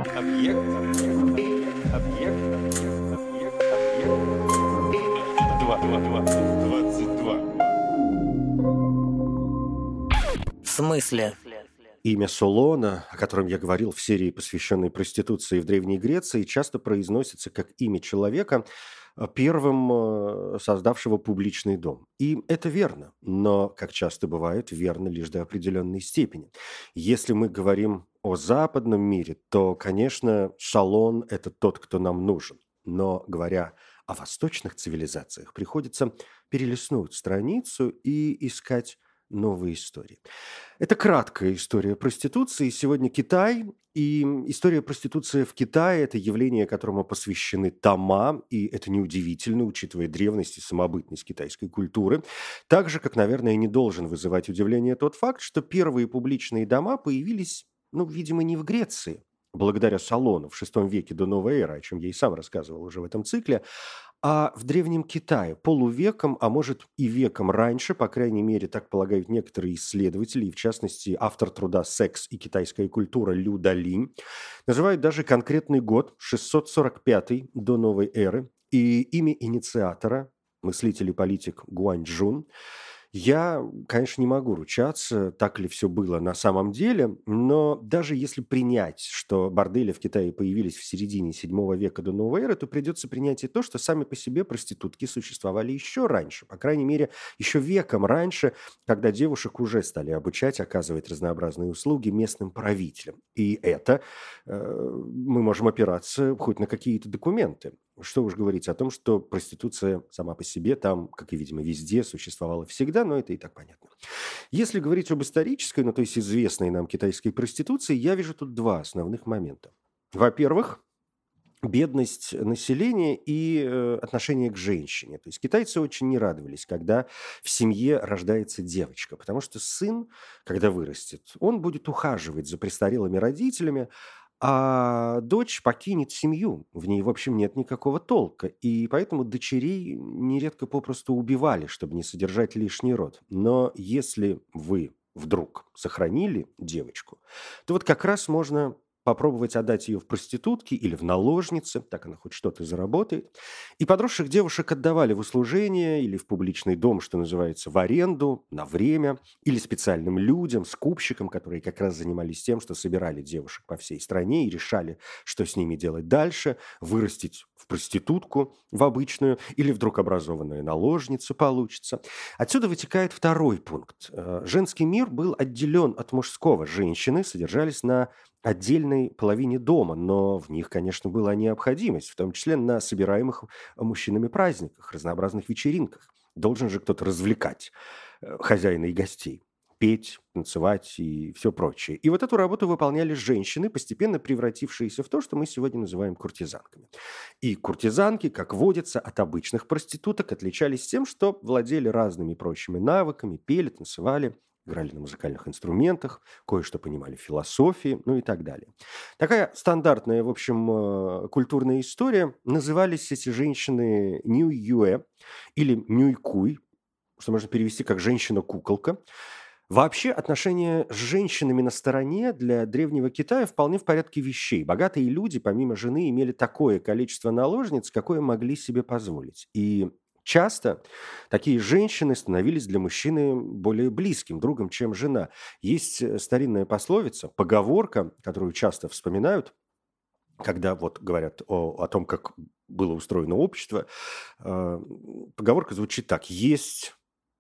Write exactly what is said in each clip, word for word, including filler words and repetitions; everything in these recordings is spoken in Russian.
Объект, объект, объект, объект, объект. Два, два, два, двадцать два. В смысле? Имя Солона, о котором я говорил в серии, посвященной проституции в Древней Греции, часто произносится как имя человека, первым создавшего публичный дом. И это верно, но, как часто бывает, верно лишь до определенной степени. Если мы говорим о западном мире, то, конечно, Солон – это тот, кто нам нужен. Но, говоря о восточных цивилизациях, приходится перелистнуть страницу и искать новые истории. Это краткая история проституции. Сегодня Китай, и история проституции в Китае – это явление, которому посвящены тома, и это неудивительно, учитывая древность и самобытность китайской культуры. Так же, как, наверное, не должен вызывать удивление тот факт, что первые публичные дома появились, ну, видимо, не в Греции, благодаря Солону в шестом веке до новой эры, о чем я и сам рассказывал уже в этом цикле, а в Древнем Китае полувеком, а может и веком раньше, по крайней мере, так полагают некоторые исследователи, и в частности автор труда «Секс и китайская культура» Лю Далинь, называют даже конкретный год, шестьсот сорок пятый до новой эры, и имя инициатора, мыслитель и политик Гуаньчжун. Я, конечно, не могу ручаться, так ли все было на самом деле, но даже если принять, что бордели в Китае появились в середине седьмого века до новой эры, то придется принять и то, что сами по себе проститутки существовали еще раньше, по крайней мере, еще веком раньше, когда девушек уже стали обучать оказывать разнообразные услуги местным правителям. И это э, мы можем опираться хоть на какие-то документы. Что уж говорить о том, что проституция сама по себе там, как и, видимо, везде, существовала всегда, но это и так понятно. Если говорить об исторической, ну то есть известной нам китайской проституции, я вижу тут два основных момента. Во-первых, бедность населения и э, отношение к женщине. То есть китайцы очень не радовались, когда в семье рождается девочка, потому что сын, когда вырастет, он будет ухаживать за престарелыми родителями, а дочь покинет семью, в ней, в общем, нет никакого толка, и поэтому дочерей нередко попросту убивали, чтобы не содержать лишний род. Но если вы вдруг сохранили девочку, то вот как раз можно попробовать отдать ее в проститутки или в наложницы, так она хоть что-то заработает. И подросших девушек отдавали в услужение или в публичный дом, что называется, в аренду, на время, или специальным людям, скупщикам, которые как раз занимались тем, что собирали девушек по всей стране и решали, что с ними делать дальше, вырастить в проститутку, в обычную, или вдруг образованную наложницу получится. Отсюда вытекает второй пункт. Женский мир был отделен от мужского. Женщины содержались на отдельной половине дома, но в них, конечно, была необходимость, в том числе на собираемых мужчинами праздниках, разнообразных вечеринках. Должен же кто-то развлекать э, хозяина и гостей, петь, танцевать и все прочее. И вот эту работу выполняли женщины, постепенно превратившиеся в то, что мы сегодня называем куртизанками. И куртизанки, как водится, от обычных проституток отличались тем, что владели разными прочими навыками, пели, танцевали, играли на музыкальных инструментах, кое-что понимали в философии, ну и так далее. Такая стандартная, в общем, культурная история. Назывались эти женщины Нюйюэ или Нюйкуй, что можно перевести как «женщина-куколка». Вообще отношения с женщинами на стороне для Древнего Китая вполне в порядке вещей. Богатые люди, помимо жены, имели такое количество наложниц, какое могли себе позволить. И часто такие женщины становились для мужчины более близким другом, чем жена. Есть старинная пословица, поговорка, которую часто вспоминают, когда вот говорят о, о том, как было устроено общество. Э, поговорка звучит так. Есть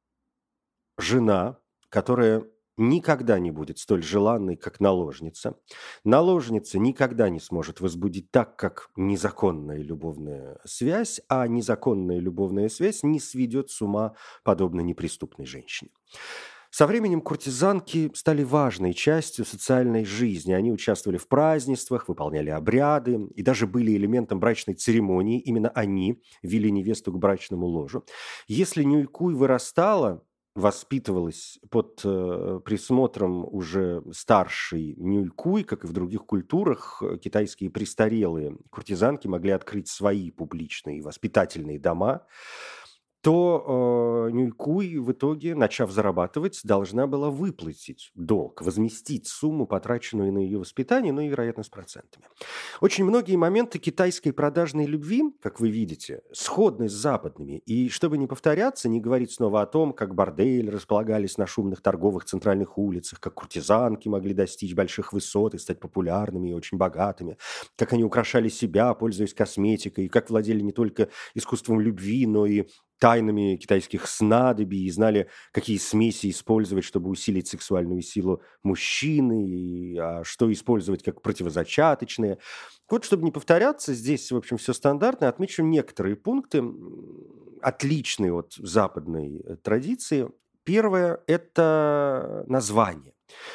жена, которая никогда не будет столь желанной, как наложница. Наложница никогда не сможет возбудить так, как незаконная любовная связь, а незаконная любовная связь не сведет с ума подобно неприступной женщине. Со временем куртизанки стали важной частью социальной жизни. Они участвовали в празднествах, выполняли обряды и даже были элементом брачной церемонии. Именно они вели невесту к брачному ложу. Если Нюйкуй вырастала, воспитывалась под э, присмотром уже старшей Нюйкуй, как и в других культурах, э, китайские престарелые куртизанки могли открыть свои публичные воспитательные дома. то э, Нюйкуй в итоге, начав зарабатывать, должна была выплатить долг, возместить сумму, потраченную на ее воспитание, ну и, вероятно, с процентами. Очень многие моменты китайской продажной любви, как вы видите, сходны с западными. И чтобы не повторяться, не говорить снова о том, как бордели располагались на шумных торговых центральных улицах, как куртизанки могли достичь больших высот и стать популярными и очень богатыми, как они украшали себя, пользуясь косметикой, и как владели не только искусством любви, но и тайнами китайских снадобий и знали, какие смеси использовать, чтобы усилить сексуальную силу мужчины, и, а что использовать как противозачаточные. Вот, чтобы не повторяться, здесь, в общем, все стандартно. Отмечу некоторые пункты, м, отличные от западной э, традиции. Первое– это название.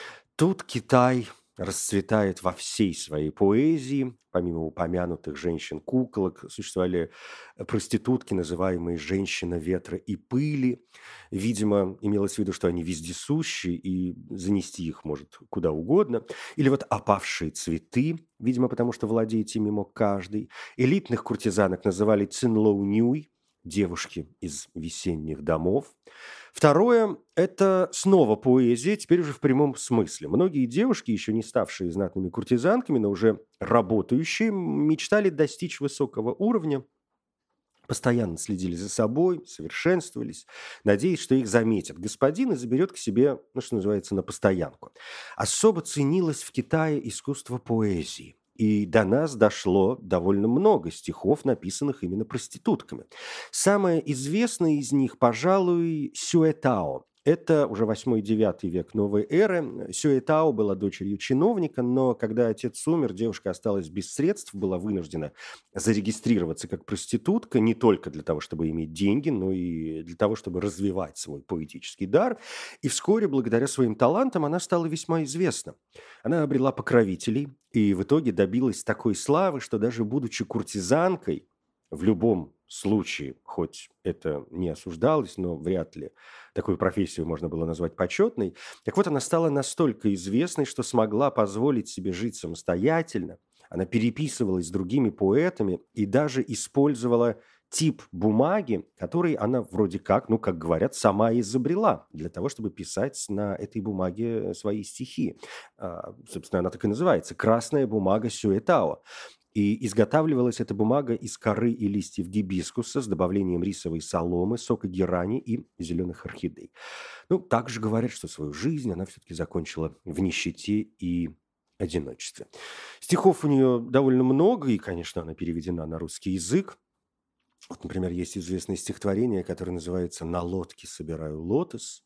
Тут Китай расцветает во всей своей поэзии. Помимо упомянутых женщин-куколок, существовали проститутки, называемые «женщина ветра и пыли». Видимо, имелось в виду, что они вездесущие, и занести их может куда угодно. Или вот опавшие цветы, видимо, потому что владеть ими мог каждый. Элитных куртизанок называли цинлоу-нюй, девушки из весенних домов. Второе– это снова поэзия, теперь уже в прямом смысле. Многие девушки, еще не ставшие знатными куртизанками, но уже работающие, мечтали достичь высокого уровня, постоянно следили за собой, совершенствовались, надеясь, что их заметит господин и заберет к себе, ну, что называется, на постоянку. Особо ценилось в Китае искусство поэзии. И до нас дошло довольно много стихов, написанных именно проститутками. Самое известное из них, пожалуй, Сюэтао. Это уже восьмой-девятый век новой эры. Сюэтао была дочерью чиновника, но когда отец умер, девушка осталась без средств, была вынуждена зарегистрироваться как проститутка не только для того, чтобы иметь деньги, но и для того, чтобы развивать свой поэтический дар. И вскоре, благодаря своим талантам, она стала весьма известна. Она обрела покровителей и в итоге добилась такой славы, что даже будучи куртизанкой, в любом случае, хоть это не осуждалось, но вряд ли такую профессию можно было назвать почетной, так вот она стала настолько известной, что смогла позволить себе жить самостоятельно. Она переписывалась с другими поэтами и даже использовала тип бумаги, который она вроде как, ну, как говорят, сама изобрела для того, чтобы писать на этой бумаге свои стихи. А, собственно, она так и называется «Красная бумага Сюэтао». И изготавливалась эта бумага из коры и листьев гибискуса с добавлением рисовой соломы, сока герани и зеленых орхидей. Ну, также говорят, что свою жизнь она все-таки закончила в нищете и одиночестве. Стихов у нее довольно много, и, конечно, она переведена на русский язык. Вот, например, есть известное стихотворение, которое называется «На лодке собираю лотос».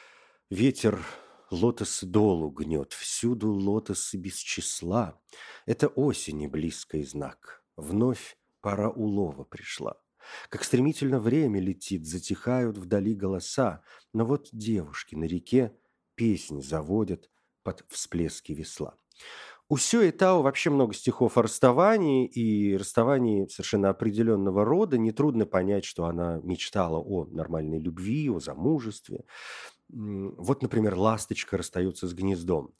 Ветер лотосы долу гнет, всюду лотосы без числа. Это осени близкий знак, вновь пора улова пришла. Как стремительно время летит, затихают вдали голоса, но вот девушки на реке песни заводят под всплески весла. У Сюэтао вообще много стихов о расставании, и расставании совершенно определенного рода. Нетрудно понять, что она мечтала о нормальной любви, о замужестве. М, Вот, например, ласточка расстается с гнездом.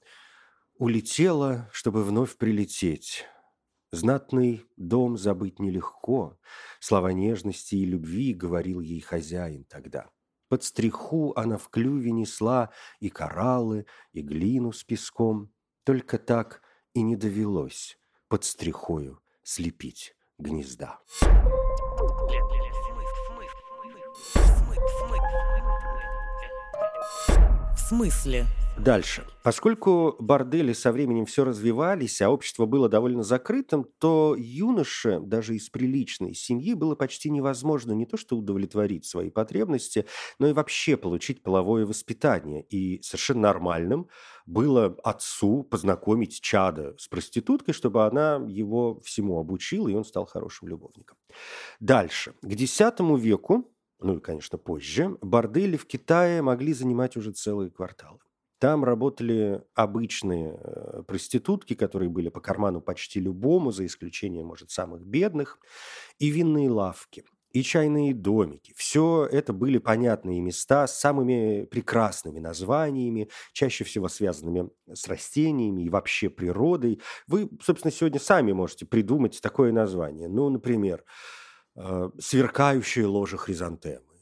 Улетела, чтобы вновь прилететь. Знатный дом забыть нелегко. Слова нежности и любви говорил ей хозяин тогда. Под стриху она в клюве несла и кораллы, и глину с песком. Только так и не довелось под стрихою слепить гнезда. В смысле? Дальше. Поскольку бордели со временем все развивались, а общество было довольно закрытым, то юноше, даже из приличной семьи, было почти невозможно не то что удовлетворить свои потребности, но и вообще получить половое воспитание. И совершенно нормальным было отцу познакомить чада с проституткой, чтобы она его всему обучила, и он стал хорошим любовником. Дальше. К десятому веку, ну и, конечно, позже, бордели в Китае могли занимать уже целые кварталы. Там работали обычные э, проститутки, которые были по карману почти любому, за исключением, может, самых бедных, и винные лавки, и чайные домики. Все это были понятные места с самыми прекрасными названиями, чаще всего связанными с растениями и вообще природой. Вы, собственно, сегодня сами можете придумать такое название. Ну, например, э, «Сверкающее ложе хризантемы»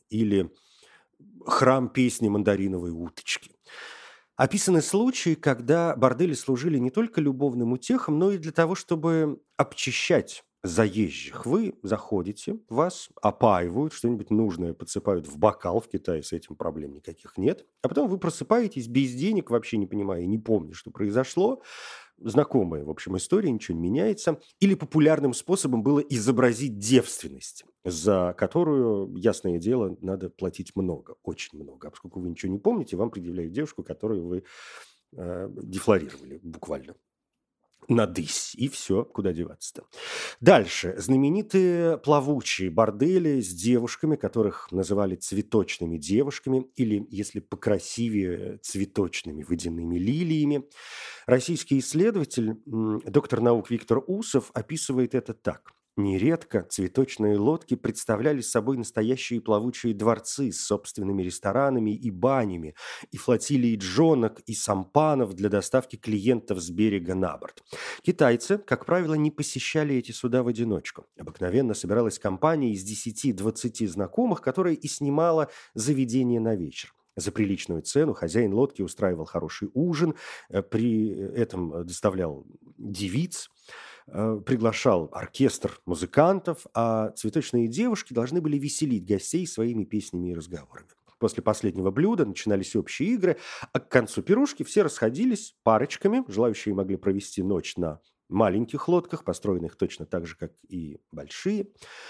или храм песни мандариновой уточки. Описаны случаи, когда бордели служили не только любовным утехам, но и для того, чтобы обчищать заезжих. Вы заходите, вас опаивают, что-нибудь нужное подсыпают в бокал. В Китае с этим проблем никаких нет. А потом вы просыпаетесь без денег, вообще не понимая, не помня, что произошло. Знакомая, в общем, история, ничего не меняется. Или популярным способом было изобразить девственность, за которую, ясное дело, надо платить много, очень много. А поскольку вы ничего не помните, вам предъявляют девушку, которую вы э, дефлорировали буквально. Надысь, и все, куда деваться-то. Дальше. Знаменитые плавучие бордели с девушками, которых называли цветочными девушками, или, если покрасивее, цветочными водяными лилиями. Российский исследователь, доктор наук Виктор Усов, описывает это так. Нередко цветочные лодки представляли собой настоящие плавучие дворцы с собственными ресторанами и банями, и флотилией джонок и сампанов для доставки клиентов с берега на борт. Китайцы, как правило, не посещали эти суда в одиночку. Обыкновенно собиралась компания из десяти-двадцати знакомых, которая и снимала заведение на вечер. За приличную цену хозяин лодки устраивал хороший ужин, при этом доставлял девиц, приглашал оркестр музыкантов, а цветочные девушки должны были веселить гостей своими песнями и разговорами. После последнего блюда начинались общие игры, а к концу пирушки все расходились парочками. Желающие могли провести ночь на маленьких лодках, построенных точно так же, как и большие.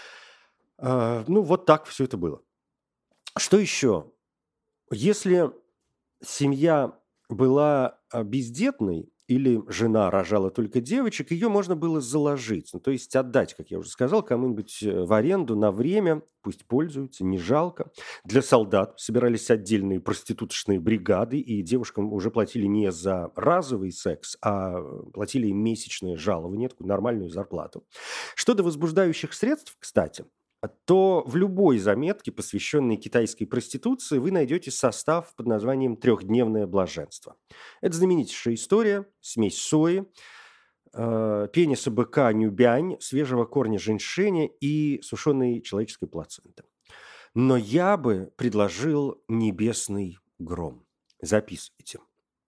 Ну, вот так все это было. Что еще? Если семья была бездетной, или жена рожала только девочек, ее можно было заложить, ну, то есть отдать, как я уже сказал, кому-нибудь в аренду на время, пусть пользуются, не жалко. Для солдат собирались отдельные проституточные бригады, и девушкам уже платили не за разовый секс, а платили им месячное жалование, такую нормальную зарплату. Что до возбуждающих средств, кстати, то в любой заметке, посвященной китайской проституции, вы найдете состав под названием «трехдневное блаженство». Это знаменитейшая история, смесь сои, э, пениса быка нюбянь, свежего корня женьшеня и сушеной человеческой плаценты. Но я бы предложил небесный гром. Записывайте.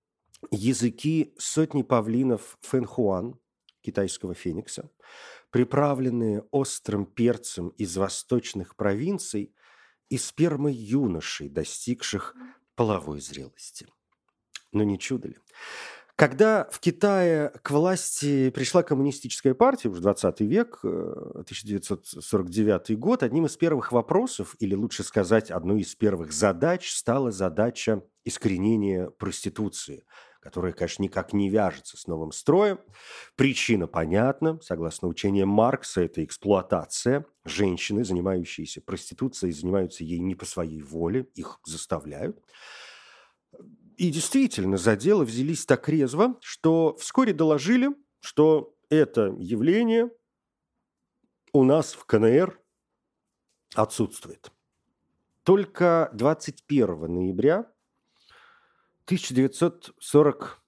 Языки сотни павлинов фэнхуан, китайского феникса, приправленные острым перцем из восточных провинций и спермой юношей, достигших половой зрелости. Но не чудо ли? Когда в Китае к власти пришла коммунистическая партия, уже двадцатый век, тысяча девятьсот сорок девятый год, одним из первых вопросов, или лучше сказать, одной из первых задач, стала задача искоренения проституции, которая, конечно, никак не вяжется с новым строем. Причина понятна. Согласно учениям Маркса, это эксплуатация. Женщины, занимающиеся проституцией, занимаются ей не по своей воле, их заставляют. И действительно, за дело взялись так резво, что вскоре доложили, что это явление у нас в ка эн эр отсутствует. Только двадцать первого ноября тысяча девятьсот сорок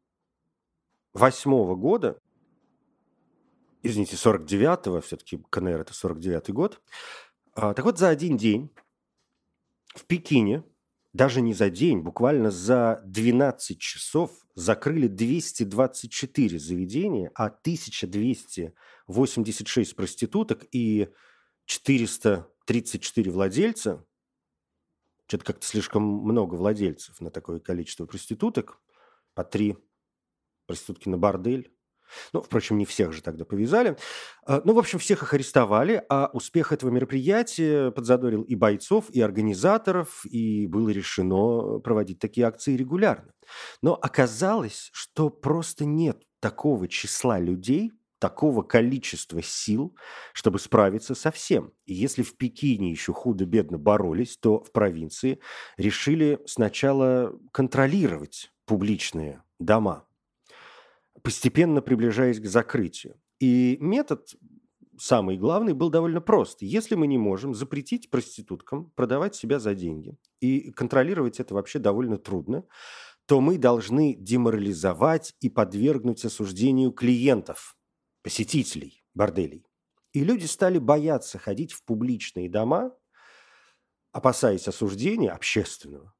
восьмого года, извините, сорок девятого, все-таки ка эн эр это сорок девятый год, а, так вот за один день в Пекине, даже не за день, буквально за двенадцать часов закрыли двести двадцать четыре заведения, а тысяча двести восемьдесят шесть проституток и четыреста тридцать четыре владельца. Что-то как-то слишком много владельцев на такое количество проституток. По три проститутки на бордель. Ну, впрочем, не всех же тогда повязали. Ну, в общем, всех их арестовали, а успех этого мероприятия подзадорил и бойцов, и организаторов, и было решено проводить такие акции регулярно. Но оказалось, что просто нет такого числа людей, такого количества сил, чтобы справиться со всем. И если в Пекине еще худо-бедно боролись, то в провинции решили сначала контролировать публичные дома, постепенно приближаясь к закрытию. И метод, самый главный, был довольно прост. Если мы не можем запретить проституткам продавать себя за деньги, и контролировать это вообще довольно трудно, то мы должны деморализовать и подвергнуть осуждению клиентов, посетителей борделей. И люди стали бояться ходить в публичные дома, опасаясь осуждения общественного.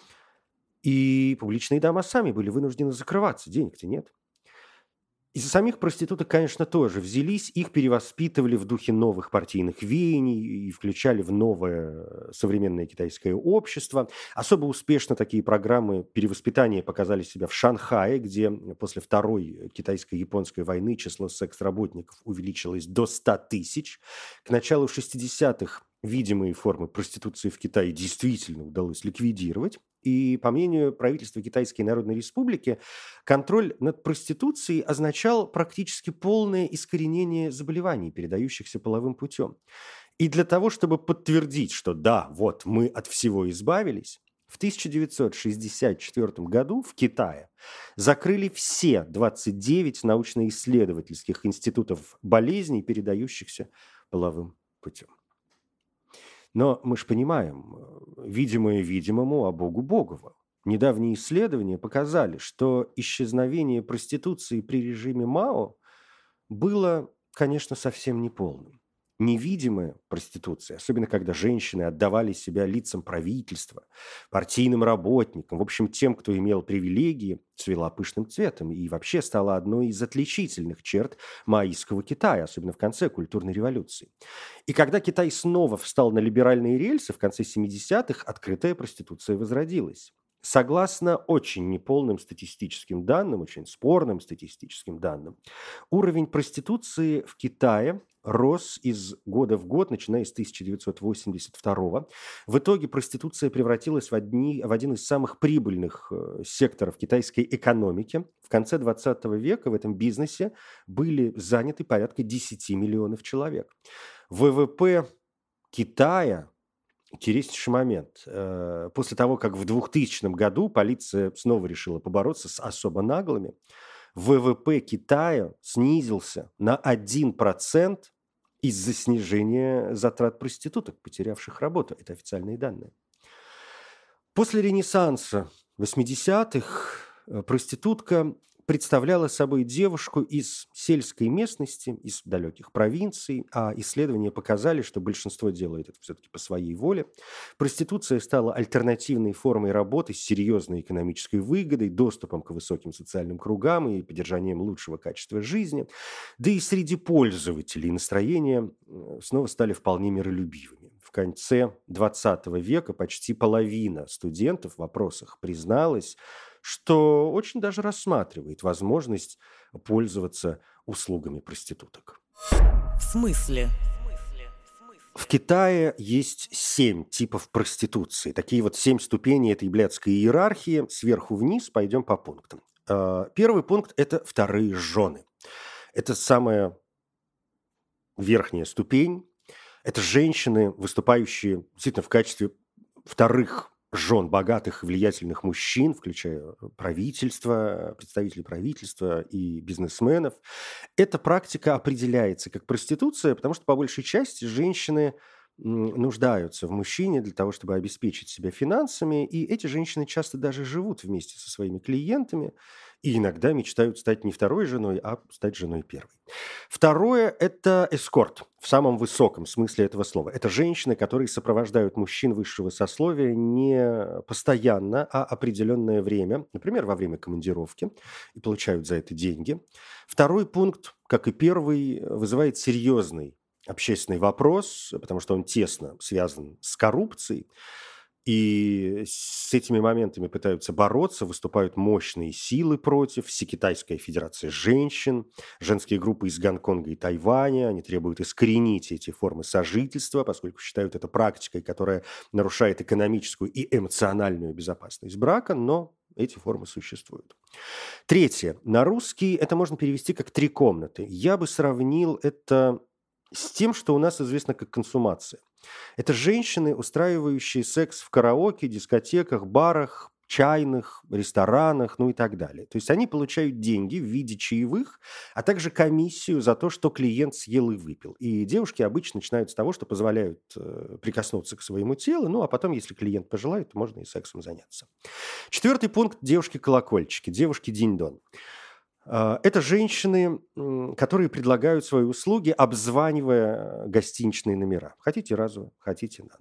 И публичные дома сами были вынуждены закрываться, денег-то нет. Из-за самих проституток, конечно, тоже взялись, их перевоспитывали в духе новых партийных веяний и включали в новое современное китайское общество. Особо успешно такие программы перевоспитания показали себя в Шанхае, где после Второй китайско-японской войны число секс-работников увеличилось до ста тысяч. К началу шестидесятых видимые формы проституции в Китае действительно удалось ликвидировать. И, по мнению правительства Китайской Народной Республики, контроль над проституцией означал практически полное искоренение заболеваний, передающихся половым путем. И для того, чтобы подтвердить, что да, вот мы от всего избавились, в тысяча девятьсот шестьдесят четвёртом году в Китае закрыли все двадцать девять научно-исследовательских институтов болезней, передающихся половым путем. Но мы же понимаем, видимое видимому, а Богу Богово. Недавние исследования показали, что исчезновение проституции при режиме Мао было, конечно, совсем неполным. Невидимая проституция, особенно когда женщины отдавали себя лицам правительства, партийным работникам, в общем, тем, кто имел привилегии, цвела пышным цветом и вообще стала одной из отличительных черт маоистского Китая, особенно в конце культурной революции. И когда Китай снова встал на либеральные рельсы в конце семидесятых, открытая проституция возродилась. Согласно очень неполным статистическим данным, очень спорным статистическим данным, уровень проституции в Китае рос из года в год, начиная с тысяча девятьсот восемьдесят второго. В итоге проституция превратилась в, одни, в один из самых прибыльных э, секторов китайской экономики. В конце двадцатого века в этом бизнесе были заняты порядка десяти миллионов человек. ВВП Китая... Интереснейший момент. Э, После того, как в двухтысячном году полиция снова решила побороться с особо наглыми, ВВП Китая снизился на один процент из-за снижения затрат проституток, потерявших работу. Это официальные данные. После Ренессанса восьмидесятых э, проститутка представляла собой девушку из сельской местности, из далеких провинций, а исследования показали, что большинство делает это все-таки по своей воле. Проституция стала альтернативной формой работы с серьезной экономической выгодой, доступом к высоким социальным кругам и поддержанием лучшего качества жизни. Да и среди пользователей настроения э, снова стали вполне миролюбивыми. В конце двадцатого века почти половина студентов в опросах призналась, что очень даже рассматривает возможность пользоваться услугами проституток. В смысле? В Китае есть семь типов проституции. Такие вот семь ступеней этой блядской иерархии. Сверху вниз пойдем по пунктам. Э, Первый пункт – это вторые жены. Это самая верхняя ступень. Это женщины, выступающие действительно в качестве вторых жен богатых и влиятельных мужчин, включая правительство, представителей правительства и бизнесменов. Эта практика определяется как проституция, потому что по большей части женщины м, нуждаются в мужчине для того, чтобы обеспечить себя финансами, и эти женщины часто даже живут вместе со своими клиентами и иногда мечтают стать не второй женой, а стать женой первой. Второе – это эскорт в самом высоком смысле этого слова. Это женщины, которые сопровождают мужчин высшего сословия не постоянно, а определенное время, например, во время командировки, и получают за это деньги. Второй пункт, как и первый, вызывает серьезный общественный вопрос, потому что он тесно связан с коррупцией. И с этими моментами пытаются бороться, выступают мощные силы против. Всекитайская федерация женщин, женские группы из Гонконга и Тайваня. Они требуют искоренить эти формы сожительства, поскольку считают это практикой, которая нарушает экономическую и эмоциональную безопасность брака, но эти формы существуют. Третье. На русский это можно перевести как «три комнаты». Я бы сравнил это с тем, что у нас известно как консумация. Это женщины, устраивающие секс в караоке, дискотеках, барах, чайных, ресторанах, ну и так далее. То есть они получают деньги в виде чаевых, а также комиссию за то, что клиент съел и выпил. И девушки обычно начинают с того, что позволяют э, прикоснуться к своему телу, ну а потом, если клиент пожелает, то можно и сексом заняться. Четвертый пункт – девушки-колокольчики, девушки-динь-дон. Это женщины, которые предлагают свои услуги, обзванивая гостиничные номера. Хотите разово, хотите на ночь.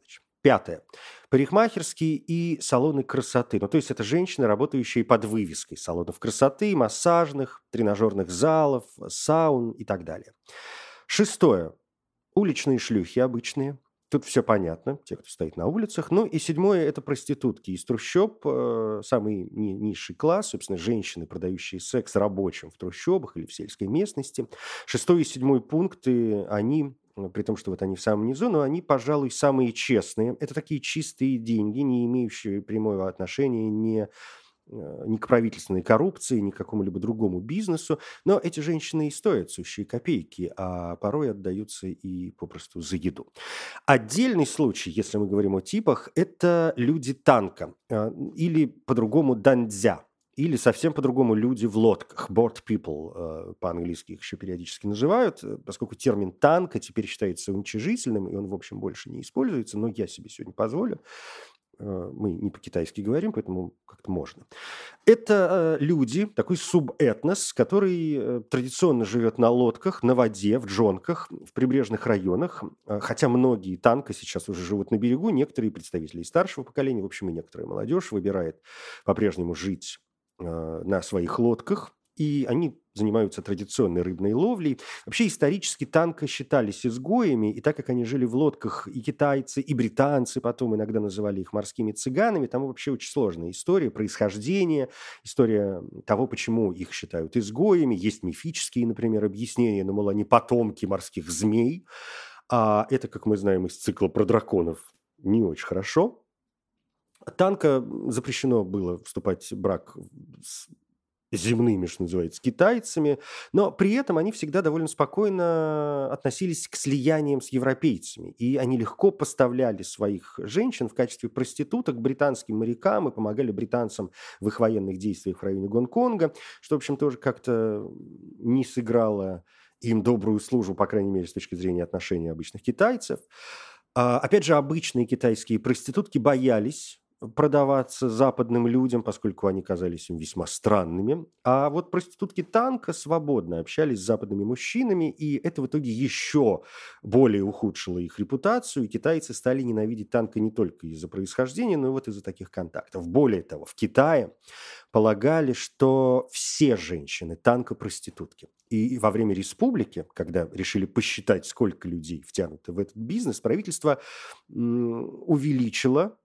Пятое. Парикмахерские и салоны красоты. Ну, то есть это женщины, работающие под вывеской салонов красоты, массажных, тренажерных залов, саун и так далее. Шестое. Уличные шлюхи обычные. Тут все понятно, те, кто стоит на улицах. Ну и седьмое – это проститутки из трущоб, э, самый ни- низший класс, собственно, женщины, продающие секс рабочим в трущобах или в сельской местности. Шестой и седьмой пункты, они, э, при том, что вот они в самом низу, но они, пожалуй, самые честные. Это такие чистые деньги, не имеющие прямого отношения ни э, ни к правительственной коррупции, ни к какому-либо другому бизнесу. Но эти женщины и стоят сущие копейки, а порой отдаются и попросту за еду. Отдельный случай, если мы говорим о типах, это люди танка, э, или по-другому дандзя, или совсем по-другому люди в лодках, boat people, э, по-английски их еще периодически называют, э, поскольку термин танка теперь считается уничижительным, и он, в общем, больше не используется, но я себе сегодня позволю. Э, Мы не по-китайски говорим, поэтому как-то можно. Это э, люди, такой субэтнос, который э, традиционно живет на лодках, на воде, в джонках, в прибрежных районах. Э, Хотя многие танка сейчас уже живут на берегу, некоторые представители и старшего поколения, в общем, и некоторая молодежь выбирает по-прежнему жить э, на своих лодках. И они занимаются традиционной рыбной ловлей. Вообще исторически танка считались изгоями, и так как они жили в лодках, и китайцы, и британцы потом иногда называли их морскими цыганами, там вообще очень сложная история происхождения, история того, почему их считают изгоями. Есть мифические, например, объяснения, но, мол, они потомки морских змей. А это, как мы знаем из цикла про драконов, не очень хорошо. Танка запрещено было вступать в брак с земными, что называется, китайцами, но при этом они всегда довольно спокойно относились к слияниям с европейцами, и они легко поставляли своих женщин в качестве проституток британским морякам и помогали британцам в их военных действиях в районе Гонконга, что, в общем, тоже как-то не сыграло им добрую службу, по крайней мере, с точки зрения отношений обычных китайцев. А, Опять же, обычные китайские проститутки боялись продаваться западным людям, поскольку они казались им весьма странными. А вот проститутки танка свободно общались с западными мужчинами, и это в итоге еще более ухудшило их репутацию, и китайцы стали ненавидеть танка не только из-за происхождения, но и вот из-за таких контактов. Более того, в Китае полагали, что все женщины танка проститутки. И во время республики, когда решили посчитать, сколько людей втянуто в этот бизнес, правительство м, увеличило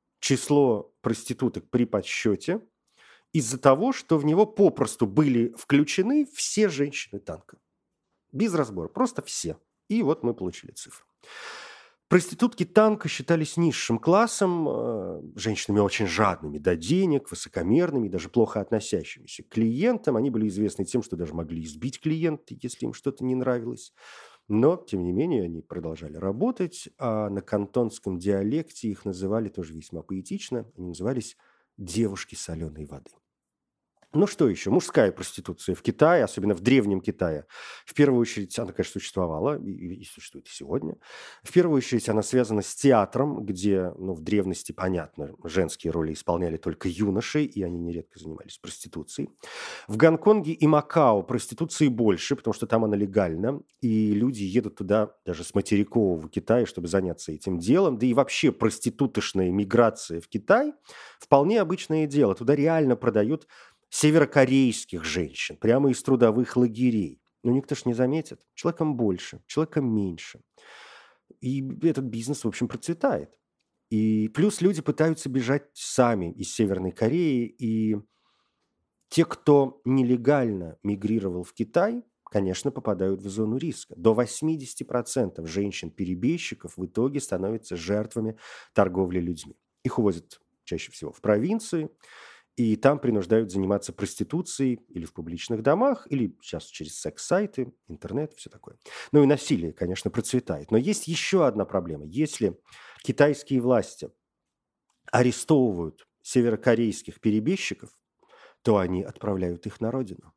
число проституток при подсчете из-за того, что в него попросту были включены все женщины танка. Без разбора, просто все. И вот мы получили цифру. Проститутки танка считались низшим классом, э, женщинами очень жадными до денег, высокомерными, даже плохо относящимися к клиентам. Они были известны тем, что даже могли избить клиента, если им что-то не нравилось. Но, тем не менее, они продолжали работать, а на кантонском диалекте их называли тоже весьма поэтично. Они назывались «девушки соленой воды». Ну что еще? Мужская проституция в Китае, особенно в Древнем Китае. В первую очередь, она, конечно, существовала и, и существует и сегодня. В первую очередь, она связана с театром, где, ну, в древности, понятно, женские роли исполняли только юноши, и они нередко занимались проституцией. В Гонконге и Макао проституции больше, потому что там она легальна, и люди едут туда даже с материкового Китая, чтобы заняться этим делом. Да и вообще проститутошная миграция в Китай вполне обычное дело. Туда реально продают северокорейских женщин, прямо из трудовых лагерей. Но никто ж не заметит. Человеком больше, человеком меньше. И этот бизнес, в общем, процветает. И плюс люди пытаются бежать сами из Северной Кореи. И те, кто нелегально мигрировал в Китай, конечно, попадают в зону риска. До восемьдесят процентов женщин-перебежчиков в итоге становятся жертвами торговли людьми. Их увозят чаще всего в провинции, и там принуждают заниматься проституцией или в публичных домах, или сейчас через секс-сайты, интернет, все такое. Ну и насилие, конечно, процветает. Но есть еще одна проблема. Если китайские власти арестовывают северокорейских перебежчиков, то они отправляют их на родину.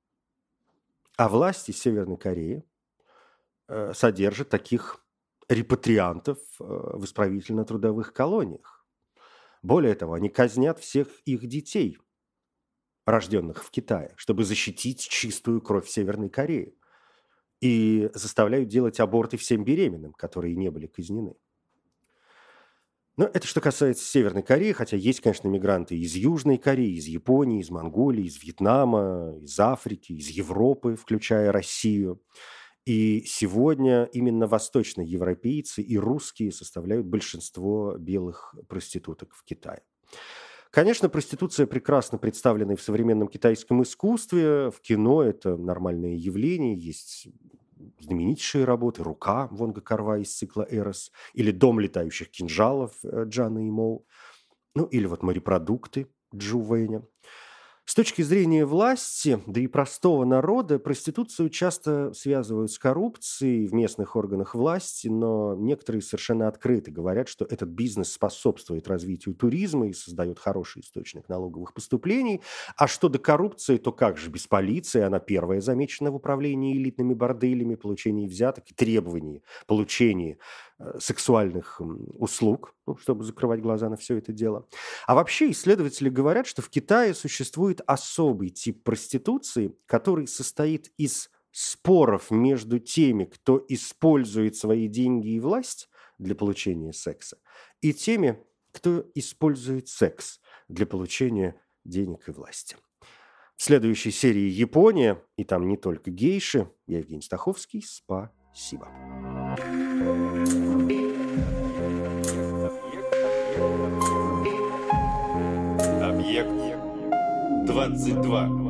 А власти Северной Кореи э, содержат таких репатриантов э, в исправительно-трудовых колониях. Более того, они казнят всех их детей, рожденных в Китае, чтобы защитить чистую кровь Северной Кореи. И заставляют делать аборты всем беременным, которые не были казнены. Но это что касается Северной Кореи, хотя есть, конечно, мигранты из Южной Кореи, из Японии, из Монголии, из Вьетнама, из Африки, из Европы, включая Россию. И сегодня именно восточноевропейцы и русские составляют большинство белых проституток в Китае. Конечно, проституция прекрасно представлена и в современном китайском искусстве, в кино это нормальное явление, есть знаменитейшие работы «Рука» Вонга Кар-вай из цикла «Эрос», или «Дом летающих кинжалов» э, Джана Имоу, ну или вот «Морепродукты» Джу Вэня. С точки зрения власти, да и простого народа, проституцию часто связывают с коррупцией в местных органах власти, но некоторые совершенно открыто говорят, что этот бизнес способствует развитию туризма и создает хороший источник налоговых поступлений. А что до коррупции, то как же без полиции? Она первая замечена в управлении элитными борделями, получении взяток и требовании получения э, сексуальных м, услуг, ну, чтобы закрывать глаза на все это дело. А вообще исследователи говорят, что в Китае существует особый тип проституции, который состоит из споров между теми, кто использует свои деньги и власть для получения секса, и теми, кто использует секс для получения денег и власти. В следующей серии «Япония», и там не только гейши, я Евгений Стаховский, спасибо. Объект двадцать два.